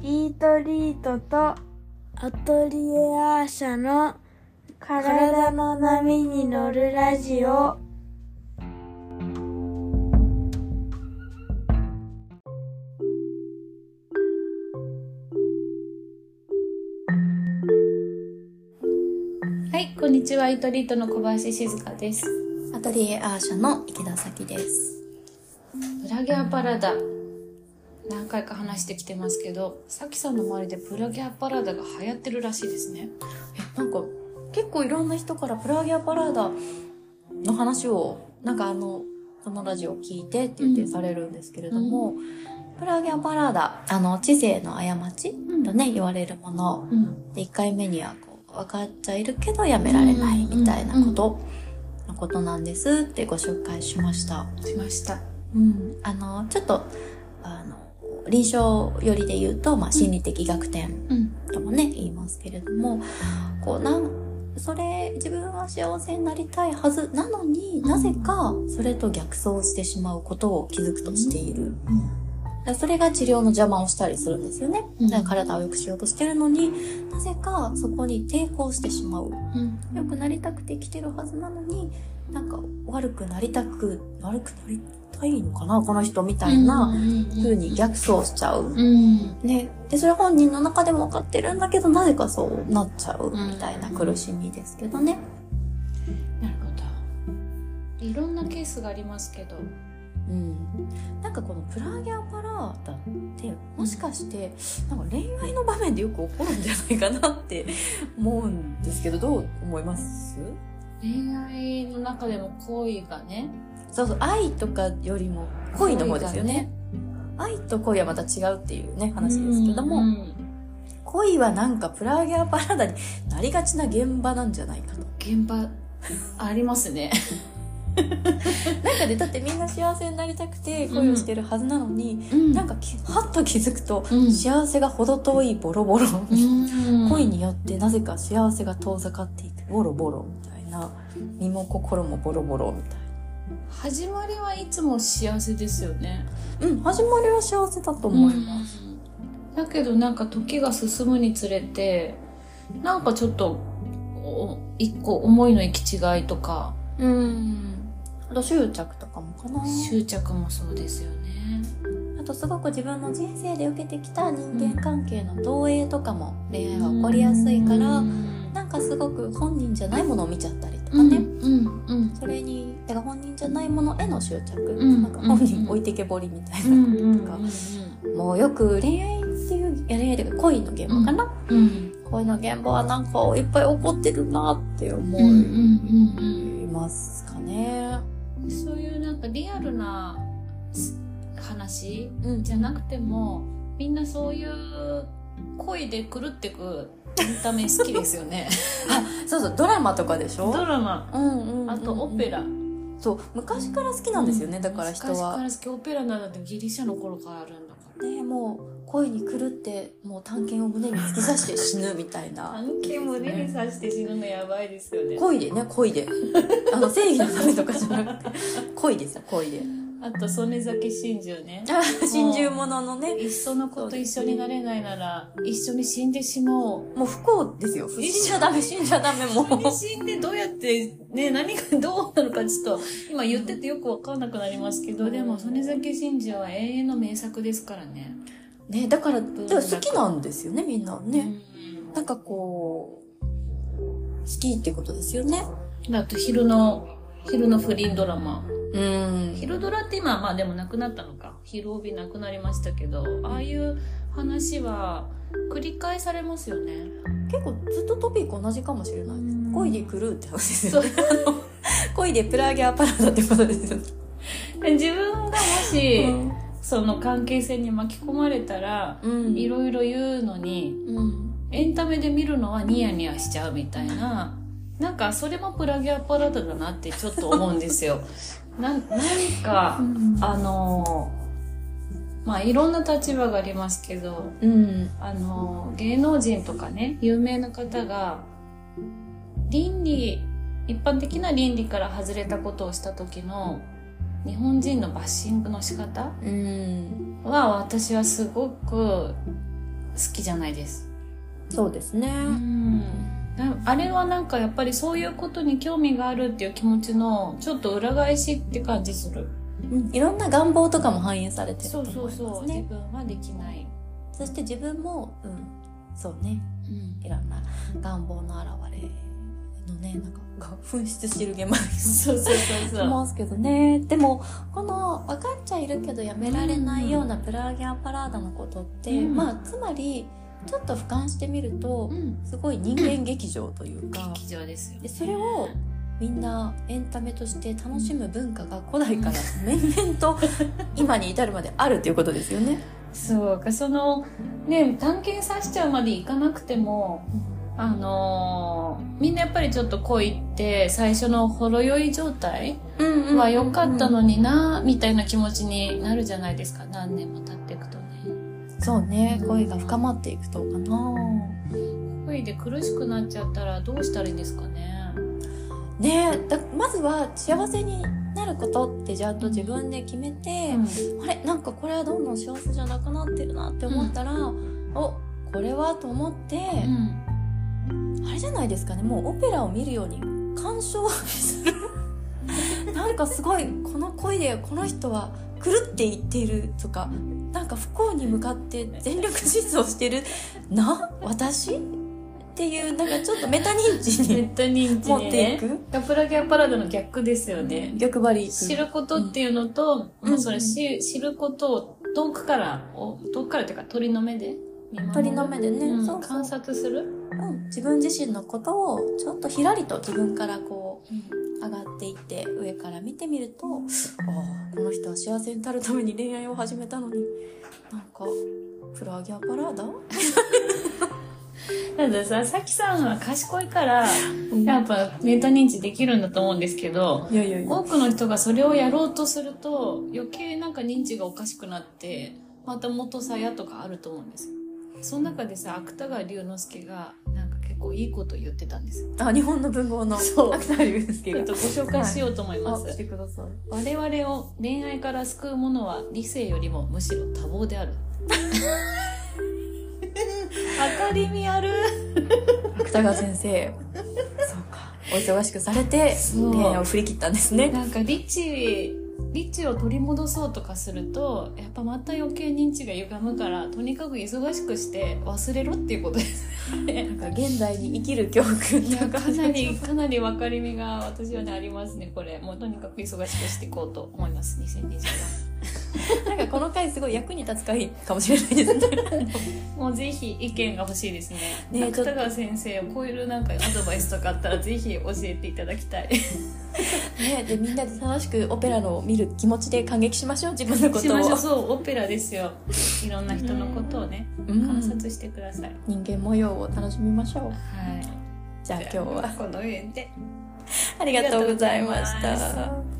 イートリートとアトリエアーシャの体の波に乗るラジオ。 はい、こんにちは。イートリートの小林静香です。 アトリエアーシャの池田咲です。 プラギャーパラダ、何回か話してきてますけど、さきさんの周りでプラギャーパラダが流行ってるらしいですね。 なんか結構いろんな人からプラギャーパラダの話をそのラジオを聞いてって言ってされるんですけれども、プラギャーパラダ、知性の過ちとね、言われるもの、で1回目には分かっちゃいるけどやめられないみたいなことなんですってご紹介しました。ちょっと臨床寄りで言うと、心理的逆転ともね、言いますけれども、自分は幸せになりたいはずなのに、なぜかそれと逆走してしまうことを気づくとしている。それが治療の邪魔をしたりするんですよね。だから体を良くしようとしてるのに、なぜかそこに抵抗してしまう。良くなりたくて生きてるはずなのに、悪くなりたいのかなこの人みたいな風に逆走しちゃう。ね。で、それ本人の中でも分かってるんだけど、なぜかそうなっちゃうみたいな苦しみですけどね。 なるほど。いろんなケースがありますけど、 このプラギャーパラダってもしかして恋愛の場面でよく起こるんじゃないかなって思うんですけど、どう思います？ 恋愛の中でも恋がね、 そう愛とかよりも恋の方ですよね。愛と恋はまた違うっていうね話ですけども、恋はプラギャーパラダになりがちな現場なんじゃないかと。 現場ありますね。 だってみんな幸せになりたくて恋をしてるはずなのに、はっと気づくと、幸せが程遠いボロボロ、恋によってなぜか幸せが遠ざかっていくボロボロみたいな、身も心もボロボロみたいな。 始まりはいつも幸せですよね。 始まりは幸せだと思います。 だけど時が進むにつれてちょっと一個思いの行き違いとか、 あと執着とかもかな。 執着もそうですよね。 あとすごく自分の人生で受けてきた人間関係の投影とかも恋愛は起こりやすいから、すごく本人じゃないものを見ちゃったりとかね。それに本人じゃないものへの執着、本人置いてけぼりみたいなこととか、もうよく恋愛で恋の現場かな。恋の現場はいっぱい起こってるなって思いますかね。 そういうリアルな話じゃなくても、みんなそういう恋で狂ってくエンタメ好きですよね。 そうドラマとかでしょ。 ドラマ、あとオペラ。 そう昔から好きなんですよね。だから人は昔から好き。オペラなんてギリシャの頃からあるんだからね。もう恋に狂ってもう短剣を胸に突き刺して死ぬみたいな。 短剣胸に刺して死ぬのやばいですよね。 恋で正義のためとかじゃなくて恋ですよ。恋で。 あと曽根崎心中ね。 心中もののね。 いっそのこと一緒になれないなら一緒に死んでしまおう。 もう不幸ですよ。死んじゃダメもう。 一緒に死んでどうやってね、何がどうなのかちょっと今言っててよくわかんなくなりますけど、でも曽根崎心中は永遠の名作ですからね。 ね、だから好きなんですよね、みんなね。好きってことですよね。 あと昼の不倫ドラマ。昼ドラって今でもなくなったのか。昼帯なくなりましたけど、ああいう話は繰り返されますよね。 結構ずっとトピック同じかもしれないです。恋で狂うって話ですよね。恋でプラギャーパラダってことですよね。 自分がもし、その関係性に巻き込まれたら、いろいろ言うのに、エンタメで見るのはニヤニヤしちゃうみたいな、それもプラギャーパラダだなってちょっと思うんですよ。いろんな立場がありますけど、芸能人とかね、有名な方が一般的な倫理から外れたことをした時の日本人のバッシングの仕方は、私はすごくきじゃないです。 そうですね。 あれはなんかやっぱりそういうことに興味があるっていう気持ちのちょっと裏返しって感じする。 いろんな願望とかも反映されてると思いますね。 そう自分はできない。 そして自分も、そうね、いろんな願望の表れのね、なんか噴出してる現場そういますけどね。でもこの分かっちゃいるけどやめられないようなプラギャパラーダのことって、つまりちょっと俯瞰してみると、すごい人間劇場というか、 劇場ですよね。 でそれをみんなエンタメとして楽しむ文化が古代から面々と今に至るまであるっていうことですよね。 そうか、そのね、探検させちゃうまでいかなくても、みんなやっぱりちょっと恋って最初のほろ酔い状態は良かったのになみたいな気持ちになるじゃないですか。何年も経っていくとね。 そうね、恋が深まっていくとかな。 恋で苦しくなっちゃったらどうしたらいいんですかね。 ねえ、まずは幸せになることってちゃんと自分で決めて、あれなんかこれはどんどん幸せじゃなくなってるなって思ったら、これはと思って、あれじゃないですかね、もうオペラを見るように鑑賞するなんかすごいこの恋でこの人は狂っていっているとか、なんか不幸に向かって全力疾走してるな私っていう、なんかちょっとメタ認知に持っていく。 プラギャパラードの逆ですよね。 逆張り。 知ることっていうのと、それ知ることを遠くからっていうか鳥の目でね、 観察する、 自分自身のことをちょっとひらりと自分からこう、上がっていって上から見てみると、この人は幸せになるために恋愛を始めたのに、なんかプラギャパラーダなんでさきさんは賢いからやっぱメタ認知できるんだと思うんですけど、多くの人がそれをやろうとすると余計なんか認知がおかしくなってまた元さやとかあると思うんですよ。その中でさ芥川龍之介がなんか結構いいこと言ってたんですよ。 日本の文豪の芥川龍之介がご紹介しようと思います、 してください。 我々を恋愛から救うものは理性よりもむしろ多忙である明るみある芥川先生そうか、お忙しくされて恋愛を振り切ったんですね。 なんかリッチを取り戻そうとかするとやっぱまた余計認知が歪むから、とにかく忙しくして忘れろっていうことですなんか現代に生きる教訓っていうかなり分かりみが私はねありますね。これもうとにかく忙しくしていこうと思います。2024 なんかこの回すごい役に立つ回かもしれないですねもうぜひ意見が欲しいですね。芥川先生を超えるなんかアドバイスとかあったらぜひ教えていただきたいね、でみんなで楽しくオペラの見る気持ちで感激しましょう。自分のことをそうオペラですよ。いろんな人のことをね、観察してください。 人間模様を楽しみましょう。 はい。 じゃあ今日はこの辺でありがとうございました。